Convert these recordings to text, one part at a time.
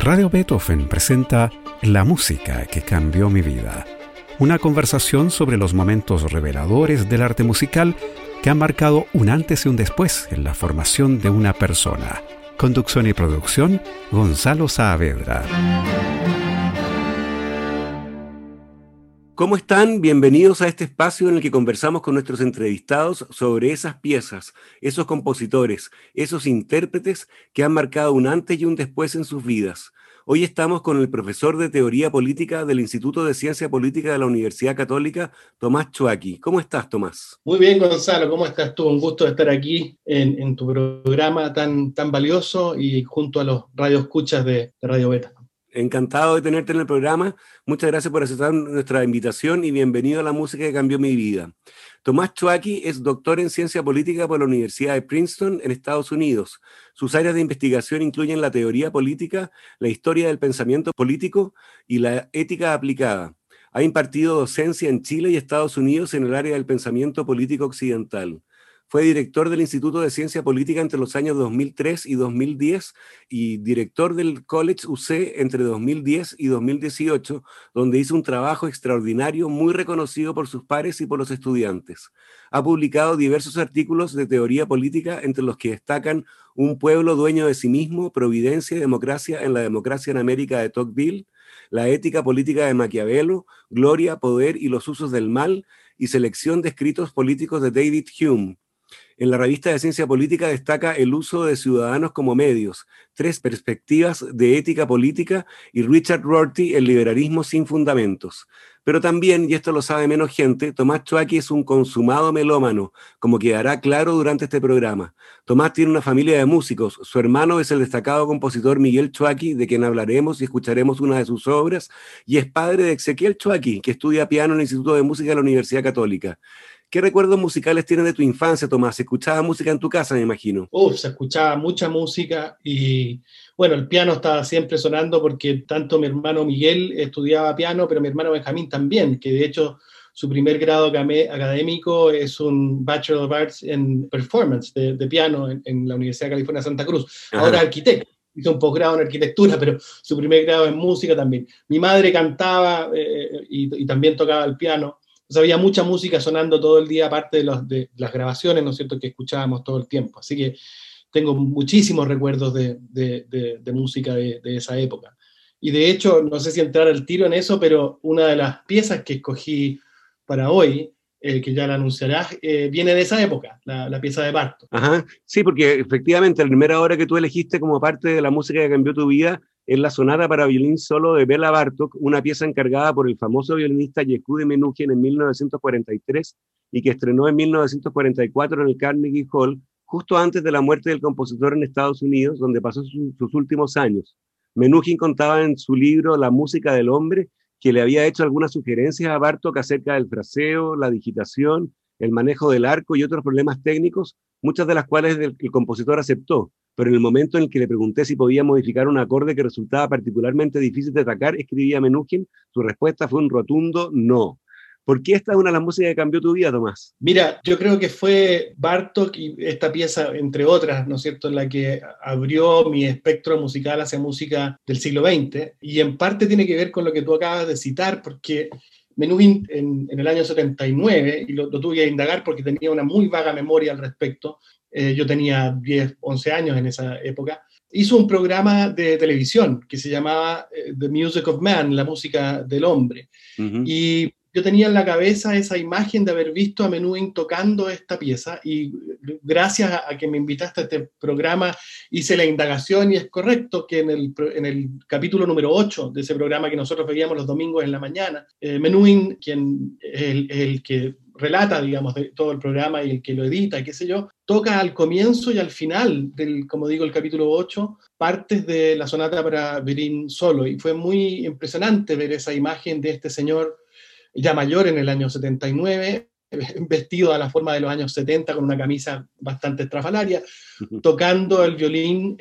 Radio Beethoven presenta La música que cambió mi vida. Una conversación sobre los momentos reveladores del arte musical que han marcado un antes y un después en la formación de una persona. Conducción y producción, Gonzalo Saavedra. ¿Cómo están? Bienvenidos a este espacio en el que conversamos con nuestros entrevistados sobre esas piezas, esos compositores, esos intérpretes que han marcado un antes y un después en sus vidas. Hoy estamos con el profesor de Teoría Política del Instituto de Ciencia Política de la Universidad Católica, Tomás Choaki. ¿Cómo estás, Tomás? Muy bien, Gonzalo, ¿cómo estás tú? Un gusto estar aquí en tu programa tan valioso y junto a los radioescuchas de Radio Beta. Encantado de tenerte en el programa. Muchas gracias por aceptar nuestra invitación y bienvenido a La música que cambió mi vida. Tomás Choaki es doctor en Ciencia Política por la Universidad de Princeton en Estados Unidos. Sus áreas de investigación incluyen la teoría política, la historia del pensamiento político y la ética aplicada. Ha impartido docencia en Chile y Estados Unidos en el área del pensamiento político occidental. Fue director del Instituto de Ciencia Política entre los años 2003 y 2010 y director del College UC entre 2010 y 2018, donde hizo un trabajo extraordinario muy reconocido por sus pares y por los estudiantes. Ha publicado diversos artículos de teoría política, entre los que destacan Un pueblo dueño de sí mismo, Providencia y democracia en la democracia en América de Tocqueville, La ética política de Maquiavelo, Gloria, poder y los usos del mal, y Selección de escritos políticos de David Hume. En la revista de Ciencia Política destaca El uso de ciudadanos como medios, Tres perspectivas de ética política y Richard Rorty, El liberalismo sin fundamentos. Pero también, y esto lo sabe menos gente, Tomás Choaki es un consumado melómano, como quedará claro durante este programa. Tomás tiene una familia de músicos. Su hermano es el destacado compositor Miguel Choaki, de quien hablaremos y escucharemos una de sus obras, y es padre de Ezequiel Choaki, que estudia piano en el Instituto de Música de la Universidad Católica. ¿Qué recuerdos musicales tienes de tu infancia, Tomás? ¿Escuchabas música en tu casa, me imagino? Se escuchaba mucha música y, bueno, el piano estaba siempre sonando porque tanto mi hermano Miguel estudiaba piano, pero mi hermano Benjamín también, que de hecho su primer grado académico es un Bachelor of Arts en Performance de piano en la Universidad de California, Santa Cruz. Ajá. Ahora arquitecto. Hizo un posgrado en arquitectura, pero su primer grado en música también. Mi madre cantaba y también tocaba el piano. Entonces había mucha música sonando todo el día, aparte de las grabaciones, ¿no es cierto?, que escuchábamos todo el tiempo. Así que tengo muchísimos recuerdos de música de esa época. Y de hecho, no sé si entrar al tiro en eso, pero una de las piezas que escogí para hoy, que ya la anunciarás, viene de esa época, la pieza de Bartók. Ajá, sí, porque efectivamente la primera obra que tú elegiste como parte de la música que cambió tu vida es la sonata para violín solo de Béla Bartók, una pieza encargada por el famoso violinista Yehudi Menuhin en 1943 y que estrenó en 1944 en el Carnegie Hall, justo antes de la muerte del compositor en Estados Unidos, donde pasó sus últimos años. Menuhin contaba en su libro La música del hombre que le había hecho algunas sugerencias a Bartók acerca del fraseo, la digitación, el manejo del arco y otros problemas técnicos, muchas de las cuales el compositor aceptó. Pero en el momento en el que le pregunté si podía modificar un acorde que resultaba particularmente difícil de atacar, escribía Menuhin, su respuesta fue un rotundo no. ¿Por qué esta es una de las músicas que cambió tu vida, Tomás? Mira, yo creo que fue Bartók y esta pieza, entre otras, ¿no es cierto?, la que abrió mi espectro musical hacia música del siglo XX, y en parte tiene que ver con lo que tú acabas de citar, porque Menuhin en el año 79, y lo tuve que indagar porque tenía una muy vaga memoria al respecto, yo tenía 10, 11 años en esa época, hizo un programa de televisión que se llamaba The Music of Man, la música del hombre. Uh-huh. Y yo tenía en la cabeza esa imagen de haber visto a Menuhin tocando esta pieza, y gracias a que me invitaste a este programa hice la indagación, y es correcto que en el capítulo número 8 de ese programa que nosotros veíamos los domingos en la mañana, Menuhin, quien es el que relata, digamos, de todo el programa y el que lo edita, qué sé yo, toca al comienzo y al final del, como digo, el capítulo 8, partes de la sonata para violín solo, y fue muy impresionante ver esa imagen de este señor ya mayor en el año 79, vestido a la forma de los años 70 con una camisa bastante estrafalaria, tocando el violín.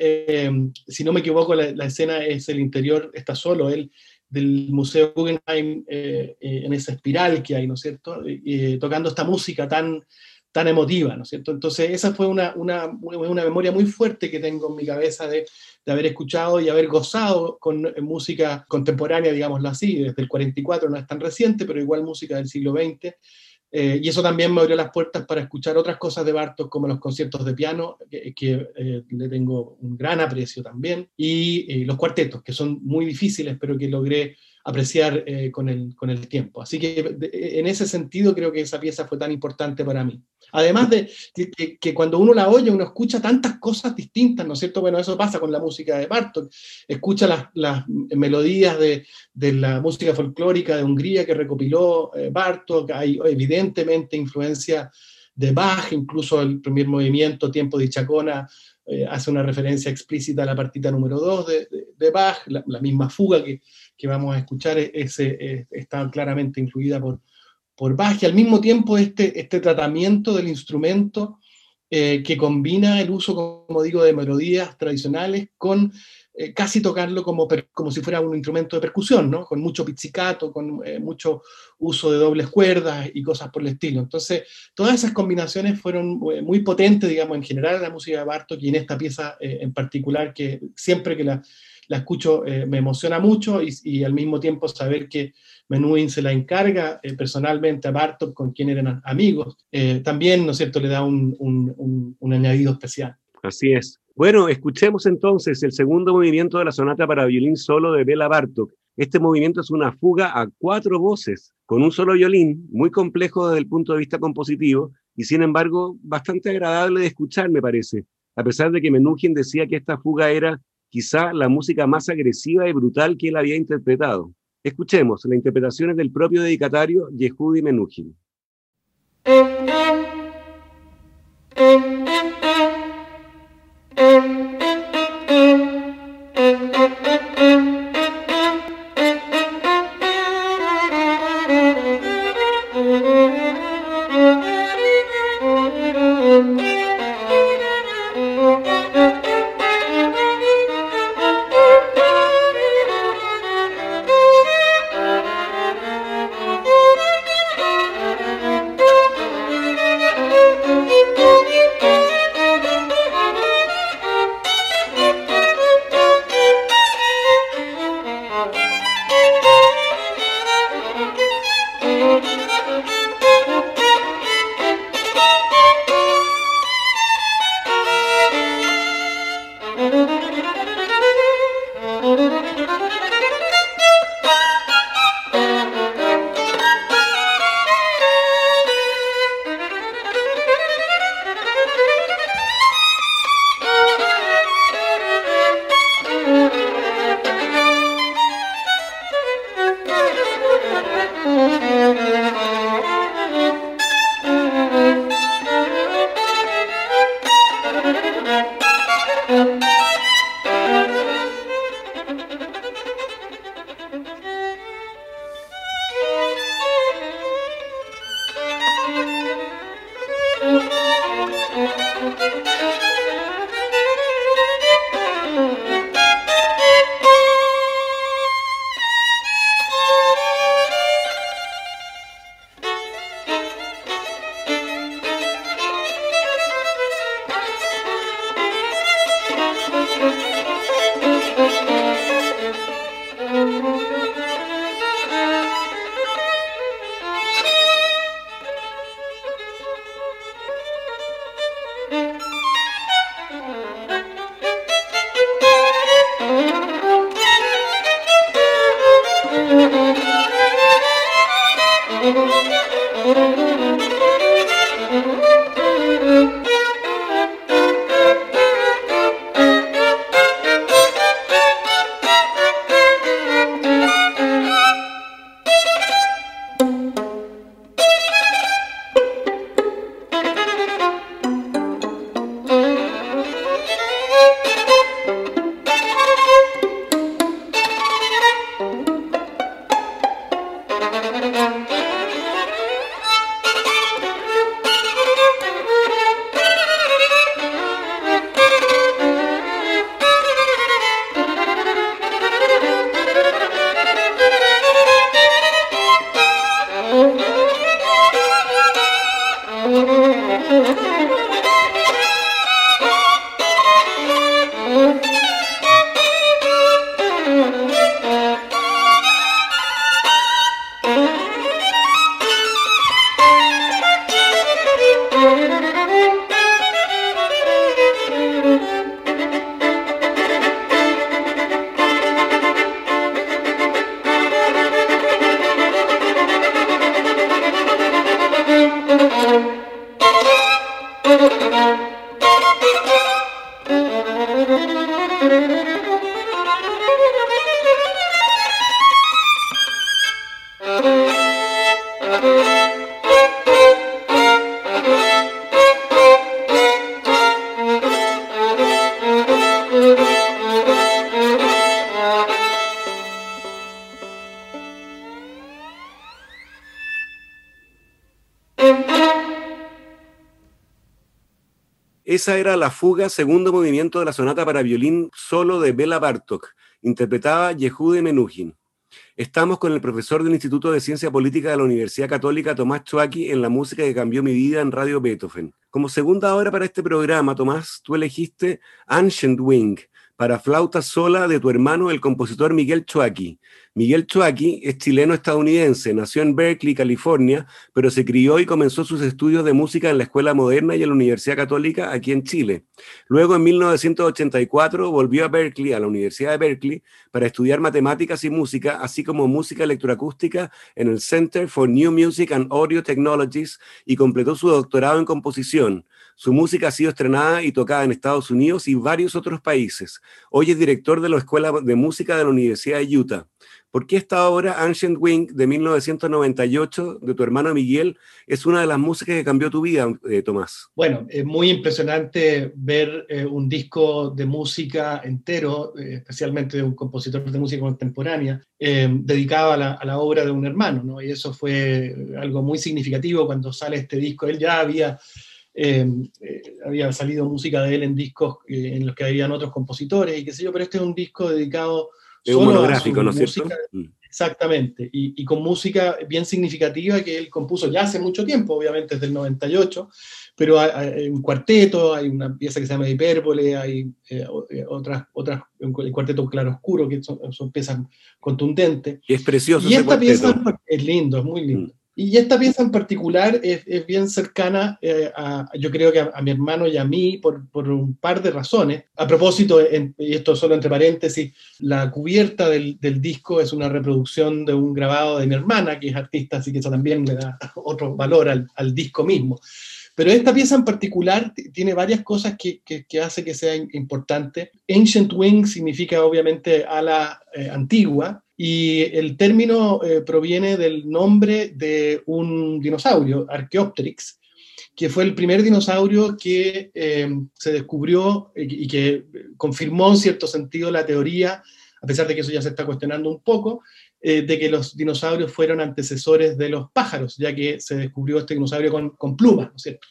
Si no me equivoco, la escena es el interior, está solo él, del Museo Guggenheim, en esa espiral que hay, ¿no es cierto? Tocando esta música tan tan emotiva, ¿no es cierto? Entonces esa fue una memoria muy fuerte que tengo en mi cabeza de haber escuchado y haber gozado con música contemporánea, digámoslo así, desde el 44, no es tan reciente, pero igual música del siglo XX. Y eso también me abrió las puertas para escuchar otras cosas de Bartók, como los conciertos de piano, que le tengo un gran aprecio también, y los cuartetos, que son muy difíciles, pero que logré apreciar con el tiempo. Así que en ese sentido creo que esa pieza fue tan importante para mí. Además de que cuando uno la oye, uno escucha tantas cosas distintas, ¿no es cierto? Bueno, eso pasa con la música de Bartók. Escucha las melodías de la música folclórica de Hungría que recopiló Bartók. Hay evidentemente influencia de Bach, incluso el primer movimiento, Tiempo di Chacona, hace una referencia explícita a la partita número 2 de Bach, la misma fuga que vamos a escuchar está claramente influida por Bach, y al mismo tiempo este tratamiento del instrumento que combina el uso, como digo, de melodías tradicionales con casi tocarlo como si fuera un instrumento de percusión, ¿no? Con mucho pizzicato, con mucho uso de dobles cuerdas y cosas por el estilo. Entonces, todas esas combinaciones fueron muy potentes, digamos, en general en la música de Bartók y en esta pieza en particular, que siempre que la escucho me emociona mucho, y al mismo tiempo saber que Menuhin se la encarga personalmente a Bartók, con quien eran amigos, también, ¿no es cierto?, le da un añadido especial. Así es. Bueno, escuchemos entonces el segundo movimiento de la sonata para violín solo de Béla Bartók. Este movimiento es una fuga a 4 voces, con un solo violín, muy complejo desde el punto de vista compositivo, y sin embargo bastante agradable de escuchar, me parece, a pesar de que Menuhin decía que esta fuga era quizá la música más agresiva y brutal que él había interpretado. Escuchemos las interpretaciones del propio dedicatario, Yehudi Menuhin. Esa era la fuga, segundo movimiento de la sonata para violín solo de Béla Bartók, interpretaba Yehudi Menuhin. Estamos con el profesor del Instituto de Ciencia Política de la Universidad Católica, Tomás Choaki, en La música que cambió mi vida en Radio Beethoven. Como segunda obra para este programa, Tomás, tú elegiste Ancient Wing, para flauta sola de tu hermano, el compositor Miguel Choaki. Miguel Choaki es chileno-estadounidense, nació en Berkeley, California, pero se crió y comenzó sus estudios de música en la Escuela Moderna y en la Universidad Católica aquí en Chile. Luego, en 1984, volvió a Berkeley, a la Universidad de Berkeley, para estudiar matemáticas y música, así como música electroacústica en el Center for New Music and Audio Technologies, y completó su doctorado en composición. Su música ha sido estrenada y tocada en Estados Unidos y varios otros países. Hoy es director de la Escuela de Música de la Universidad de Utah. ¿Por qué esta obra, Ancient Wing, de 1998, de tu hermano Miguel, es una de las músicas que cambió tu vida, Tomás? Bueno, es muy impresionante ver un disco de música entero, especialmente de un compositor de música contemporánea, dedicado a la obra de un hermano, ¿no? Y eso fue algo muy significativo cuando sale este disco. Él ya había salido música de él en discos en los que habían otros compositores y qué sé yo, pero este es un disco dedicado es un monográfico, ¿no es cierto? Exactamente, y con música bien significativa que él compuso ya hace mucho tiempo, obviamente desde el 98, pero hay un cuarteto, hay una pieza que se llama Hipérbole, hay otras, el cuarteto Claroscuro, que son piezas contundentes. Y es precioso y ese esta cuarteto. Pieza es lindo, es muy lindo. Y esta pieza en particular es bien cercana, yo creo que a mi hermano y a mí, por un par de razones. A propósito, y esto solo entre paréntesis, la cubierta del disco es una reproducción de un grabado de mi hermana, que es artista, así que eso también le da otro valor al disco mismo. Pero esta pieza en particular tiene varias cosas que hace que sea importante. Ancient Wing significa obviamente ala antigua, y el término proviene del nombre de un dinosaurio, Archaeopteryx, que fue el primer dinosaurio que se descubrió y que confirmó en cierto sentido la teoría, a pesar de que eso ya se está cuestionando un poco, de que los dinosaurios fueron antecesores de los pájaros, ya que se descubrió este dinosaurio con plumas, ¿no es cierto?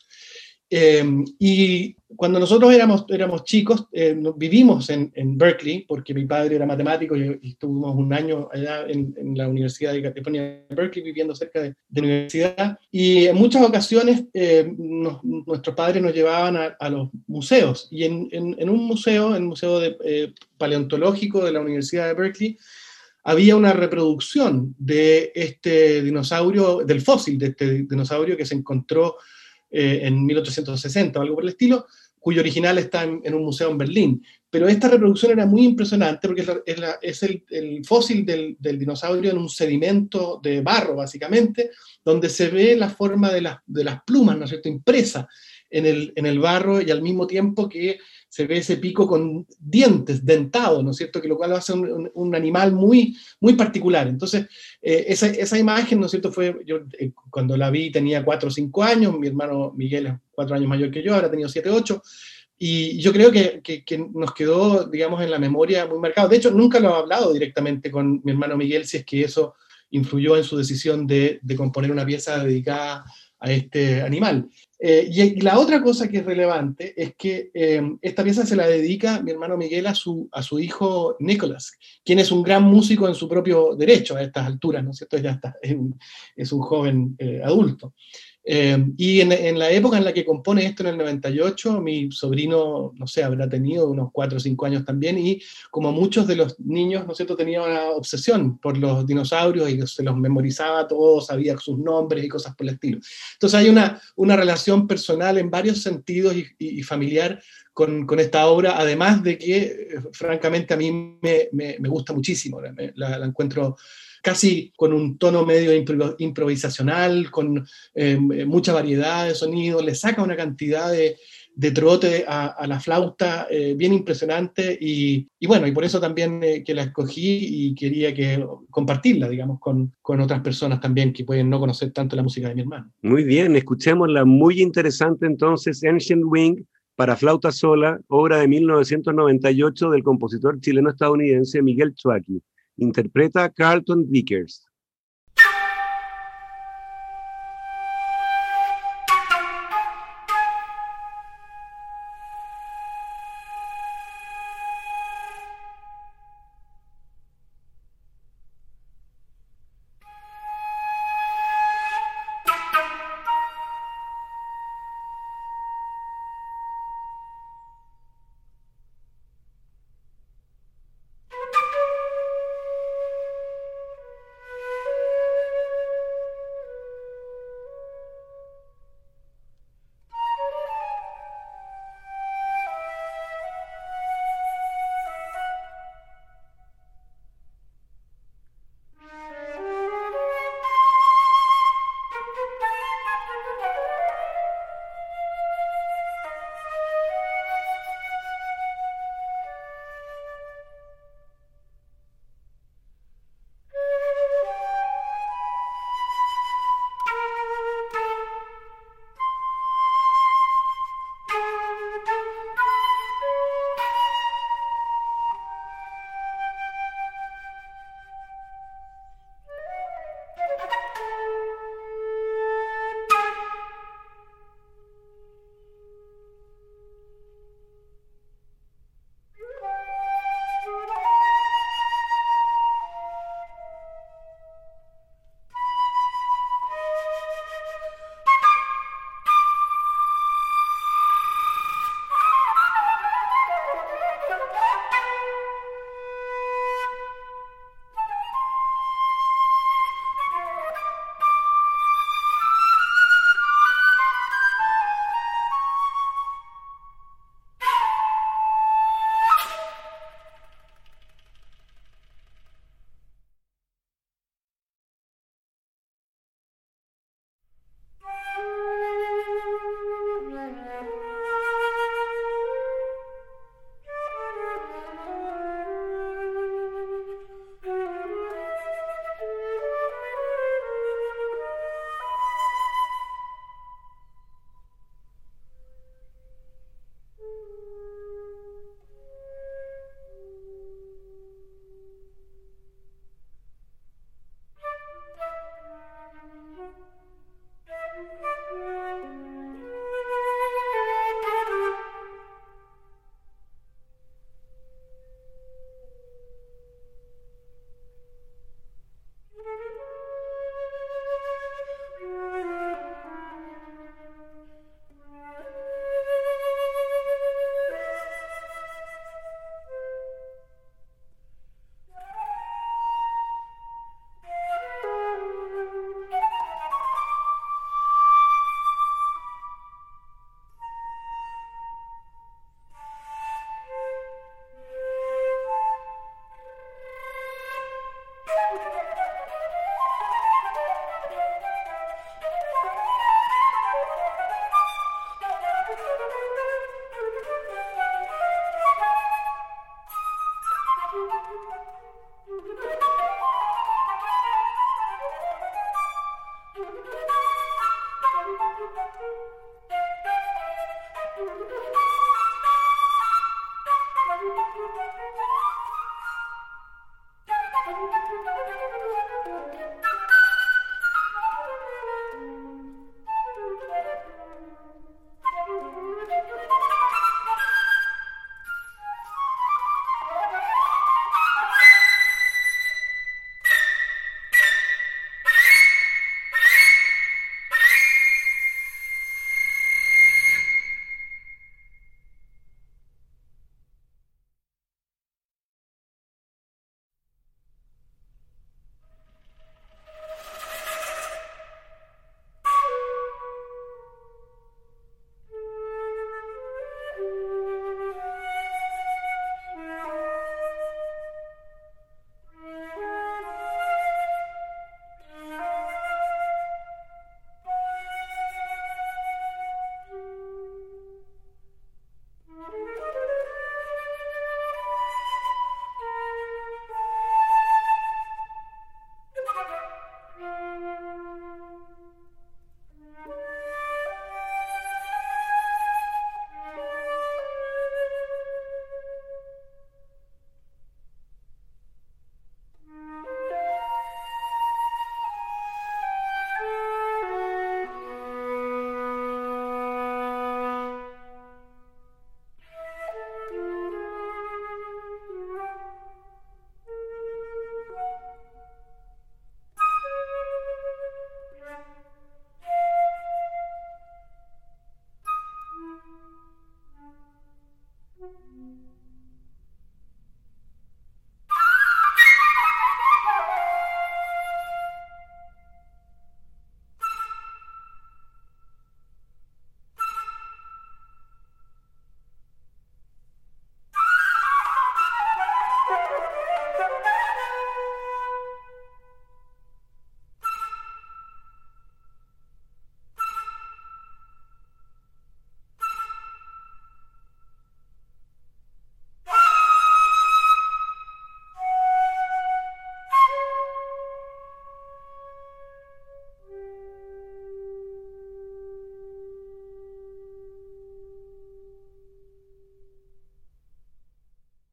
Y cuando nosotros éramos chicos, vivimos en Berkeley, porque mi padre era matemático y estuvimos un año allá en la Universidad de California, Berkeley, viviendo cerca de la universidad. Y en muchas ocasiones nuestros padres nos llevaban a los museos. Y en un museo, el Museo Paleontológico de la Universidad de Berkeley, había una reproducción de este dinosaurio, del fósil de este dinosaurio que se encontró en 1860 o algo por el estilo, cuyo original está en un museo en Berlín. Pero esta reproducción era muy impresionante porque es el fósil del dinosaurio en un sedimento de barro, básicamente, donde se ve la forma de las plumas, ¿no es cierto?, impresa en el barro, y al mismo tiempo que se ve ese pico con dientes, dentado, ¿no es cierto?, que lo cual hace un animal muy, muy particular. Entonces, esa imagen, ¿no es cierto?, yo cuando la vi tenía 4 o 5 años, mi hermano Miguel es 4 años mayor que yo, ahora ha tenido 7 o 8, y yo creo que nos quedó, digamos, en la memoria muy marcado. De hecho, nunca lo he hablado directamente con mi hermano Miguel, si es que eso influyó en su decisión de componer una pieza dedicada a este animal. Y la otra cosa que es relevante es que esta pieza se la dedica mi hermano Miguel a su hijo Nicholas, quien es un gran músico en su propio derecho a estas alturas, ¿no es cierto? Ya está, es un joven adulto. Y en la época en la que compone esto, en el 98, mi sobrino, no sé, habrá tenido unos 4 o 5 años también, y como muchos de los niños, ¿no es cierto?, tenía una obsesión por los dinosaurios y se los memorizaba todos, sabía sus nombres y cosas por el estilo. Entonces hay una relación personal en varios sentidos y familiar con esta obra, además de que, francamente, a mí me gusta muchísimo, la encuentro casi con un tono medio improvisacional, con mucha variedad de sonidos, le saca una cantidad de trote a la flauta bien impresionante, y bueno, y por eso también que la escogí y quería compartirla, digamos, con otras personas también que pueden no conocer tanto la música de mi hermano. Muy bien, escuchemos la muy interesante entonces Ancient Wing para flauta sola, obra de 1998 del compositor chileno-estadounidense Miguel Choaki. Interpreta Carlton Vickers.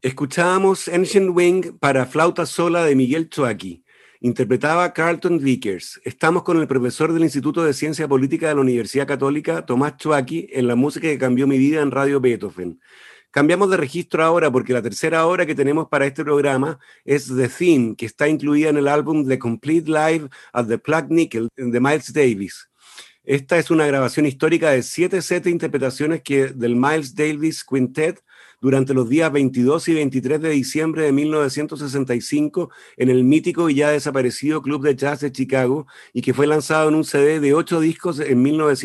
Escuchábamos Ancient Wing para flauta sola de Miguel Choaki. Interpretaba Carlton Vickers. Estamos con el profesor del Instituto de Ciencia Política de la Universidad Católica, Tomás Choaki, en la música que cambió mi vida en Radio Beethoven. Cambiamos de registro ahora porque la tercera hora que tenemos para este programa es The Theme, que está incluida en el álbum The Complete Live at the Plugged Nickel de Miles Davis. Esta es una grabación histórica de 7 sets de interpretaciones del Miles Davis Quintet durante los días 22 y 23 de diciembre de 1965 en el mítico y ya desaparecido Club de Jazz de Chicago, y que fue lanzado en un CD de 8 discos en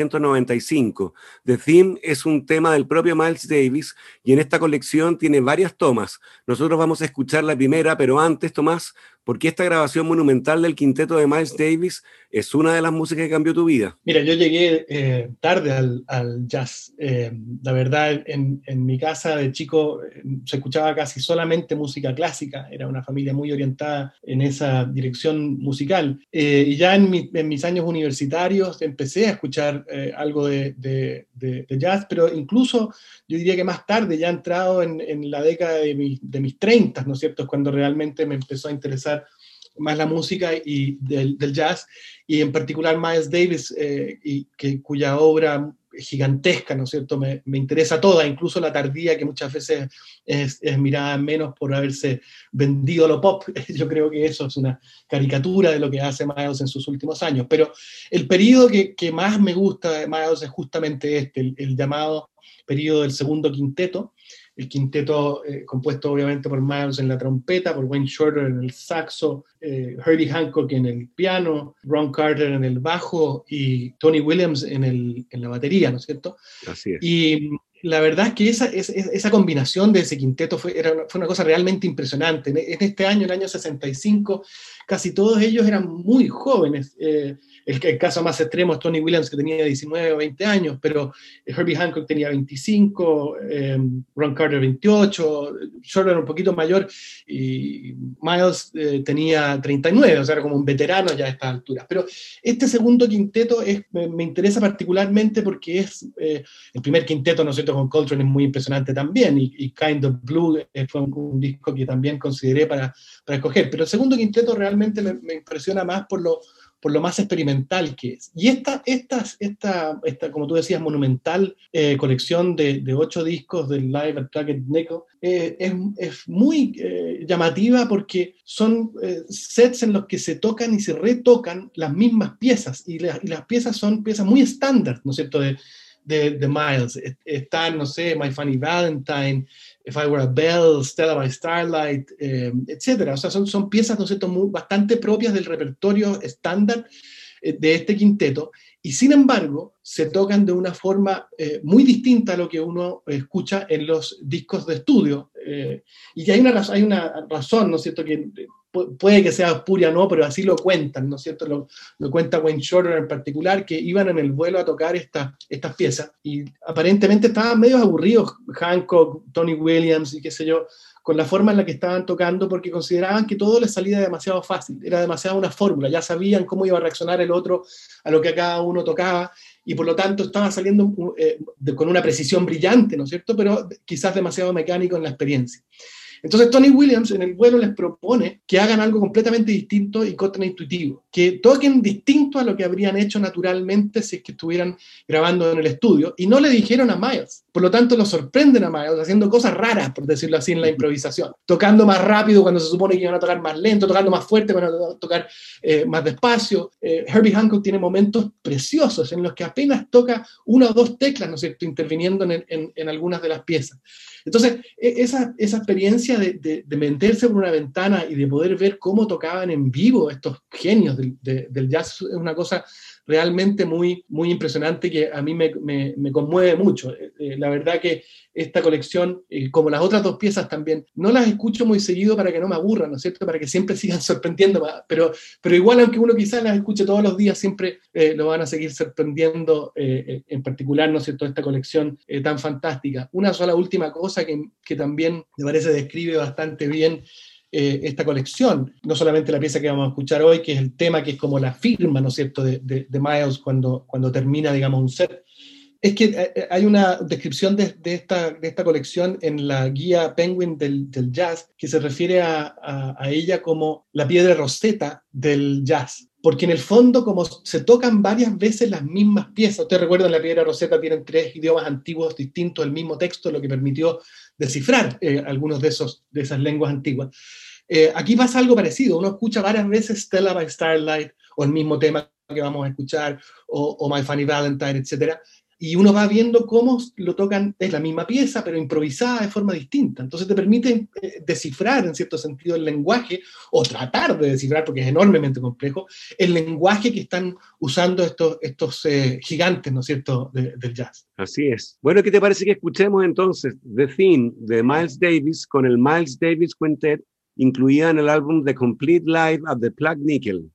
1995. The Theme es un tema del propio Miles Davis y en esta colección tiene varias tomas. Nosotros vamos a escuchar la primera, pero antes, Tomás, ¿por qué esta grabación monumental del quinteto de Miles Davis es una de las músicas que cambió tu vida? Mira, yo llegué tarde al jazz. La verdad, en mi casa de chico se escuchaba casi solamente música clásica. Era una familia muy orientada en esa dirección musical. Y ya en mis años universitarios empecé a escuchar algo de jazz, pero incluso yo diría que más tarde, ya entrado en la década de mis 30, ¿no es cierto?, es cuando realmente me empezó a interesar más la música y del jazz, y en particular Miles Davis, cuya obra gigantesca, ¿no es cierto?, me interesa toda, incluso la tardía, que muchas veces es mirada menos por haberse vendido a lo pop. Yo creo que eso es una caricatura de lo que hace Miles en sus últimos años, pero el periodo que más me gusta de Miles es justamente el llamado periodo del segundo quinteto. El quinteto compuesto obviamente por Miles en la trompeta, por Wayne Shorter en el saxo, Herbie Hancock en el piano, Ron Carter en el bajo y Tony Williams en la batería, ¿no es cierto? Así es. Y la verdad es que esa combinación de ese quinteto fue una cosa realmente impresionante. En este año, el año 65, casi todos ellos eran muy jóvenes. El caso más extremo es Tony Williams, que tenía 19 o 20 años, pero Herbie Hancock tenía 25, Ron Carter 28, Shorter un poquito mayor, y Miles tenía 39, o sea, era como un veterano ya a estas alturas. Pero este segundo quinteto me interesa particularmente porque es el primer quinteto, ¿no es cierto?, con Coltrane es muy impresionante también, y Kind of Blue fue un disco que también consideré para escoger, pero el segundo quinteto realmente me impresiona más por lo más experimental que es. Y esta como tú decías, monumental colección de 8 discos del Live at Plugged Nickel es muy llamativa porque son sets en los que se tocan y se retocan las mismas piezas, y las piezas son piezas muy estándar, ¿no es cierto?, de Miles. Están, no sé, My Funny Valentine, If I Were a Bell, Stella by Starlight, etc. O sea, son piezas, ¿no es cierto?, bastante propias del repertorio estándar de este quinteto, y sin embargo se tocan de una forma muy distinta a lo que uno escucha en los discos de estudio. Y hay una razón, ¿no es cierto?, que puede que sea espuria, no, pero así lo cuentan, ¿no es cierto? Lo cuenta Wayne Shorter en particular, que iban en el vuelo a tocar estas piezas, y aparentemente estaban medio aburridos Hancock, Tony Williams y qué sé yo, con la forma en la que estaban tocando, porque consideraban que todo les salía demasiado fácil, era demasiado una fórmula, ya sabían cómo iba a reaccionar el otro a lo que cada uno tocaba, y por lo tanto estaba saliendo con una precisión brillante, ¿no es cierto?, pero quizás demasiado mecánico en la experiencia. Entonces Tony Williams en el vuelo les propone que hagan algo completamente distinto y contraintuitivo, que toquen distinto a lo que habrían hecho naturalmente si es que estuvieran grabando en el estudio, y no le dijeron a Miles. Por lo tanto lo sorprenden a Miles haciendo cosas raras, por decirlo así, en la improvisación, tocando más rápido cuando se supone que iban a tocar más lento, tocando más fuerte cuando iban a tocar más despacio. Herbie Hancock tiene momentos preciosos en los que apenas toca 1 o 2 teclas, ¿no es cierto?, interviniendo en algunas de las piezas. Entonces, esa experiencia de meterse por una ventana y de poder ver cómo tocaban en vivo estos genios del jazz es una cosa realmente muy, muy impresionante, que a mí me conmueve mucho. La verdad que esta colección, como las otras 2 piezas también, no las escucho muy seguido para que no me aburran, ¿no es cierto?, para que siempre sigan sorprendiendo, pero igual, aunque uno quizás las escuche todos los días, siempre lo van a seguir sorprendiendo, en particular, ¿no es cierto?, esta colección tan fantástica. Una sola última cosa que también me parece describe bastante bien esta colección, no solamente la pieza que vamos a escuchar hoy, que es el tema que es como la firma, ¿no es cierto?, de Miles cuando termina, digamos, un set, Es que hay una descripción de esta colección en la guía Penguin del jazz que se refiere a ella como la piedra roseta del jazz. Porque en el fondo, como se tocan varias veces las mismas piezas, ustedes recuerdan, la piedra roseta tienen 3 idiomas antiguos distintos, el mismo texto, lo que permitió descifrar algunos de esas lenguas antiguas. Aquí pasa algo parecido, uno escucha varias veces Stella by Starlight, o el mismo tema que vamos a escuchar, o My Funny Valentine, etc. Y uno va viendo cómo lo tocan, es la misma pieza, pero improvisada de forma distinta. Entonces te permite descifrar, en cierto sentido, el lenguaje, o tratar de descifrar, porque es enormemente complejo, el lenguaje que están usando estos gigantes, ¿no es cierto?, del jazz. Así es. Bueno, ¿qué te parece que escuchemos entonces The Theme de Miles Davis con el Miles Davis Quintet, incluida en el álbum The Complete Live at the Plugged Nickel?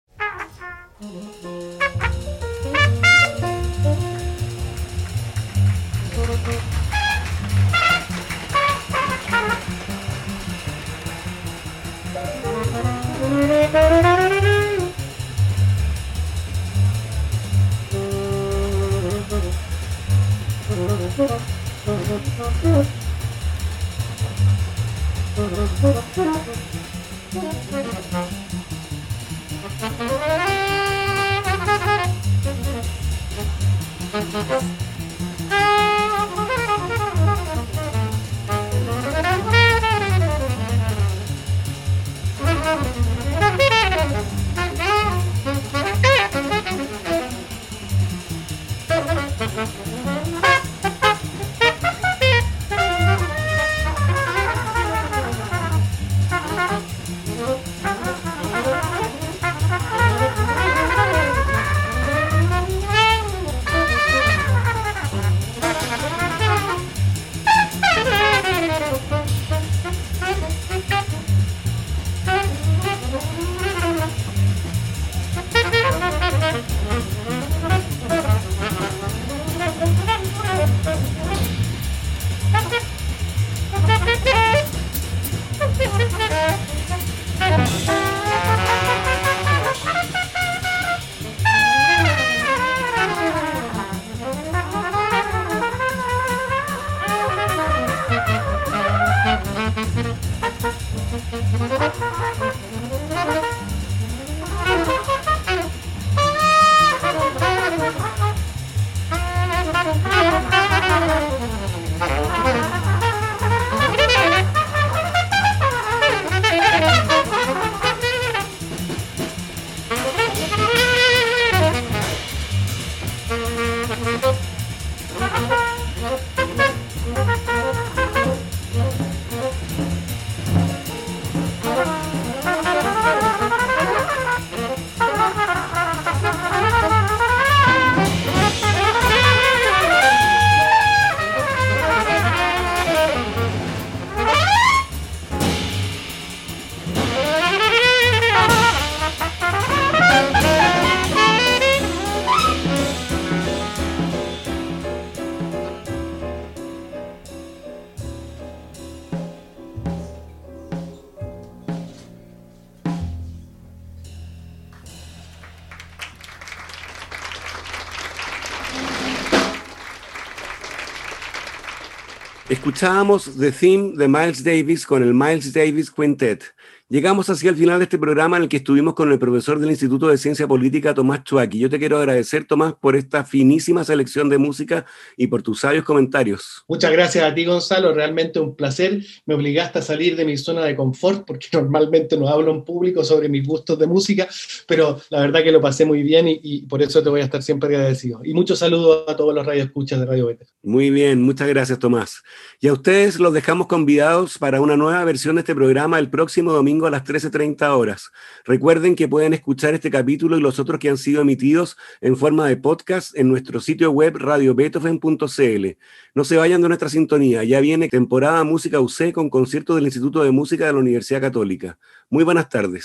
Escuchábamos The Theme de Miles Davis con el Miles Davis Quintet. Llegamos hacia el final de este programa en el que estuvimos con el profesor del Instituto de Ciencia Política, Tomás Chuaki. Yo te quiero agradecer, Tomás, por esta finísima selección de música y por tus sabios comentarios. Muchas gracias a ti, Gonzalo. Realmente un placer. Me obligaste a salir de mi zona de confort porque normalmente no hablo en público sobre mis gustos de música, pero la verdad que lo pasé muy bien y por eso te voy a estar siempre agradecido. Y muchos saludos a todos los radioescuchas de Radio Beta. Muy bien, muchas gracias, Tomás. Y a ustedes los dejamos convidados para una nueva versión de este programa el próximo domingo a las 13:30 horas. Recuerden que pueden escuchar este capítulo y los otros que han sido emitidos en forma de podcast en nuestro sitio web radiobeethoven.cl. No se vayan de nuestra sintonía, ya viene temporada Música UC con conciertos del Instituto de Música de la Universidad Católica. Muy buenas tardes.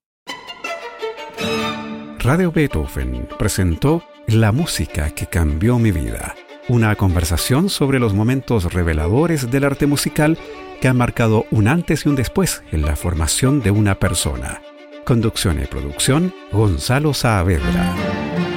Radio Beethoven presentó La música que cambió mi vida. Una conversación sobre los momentos reveladores del arte musical que han marcado un antes y un después en la formación de una persona. Conducción y producción, Gonzalo Saavedra.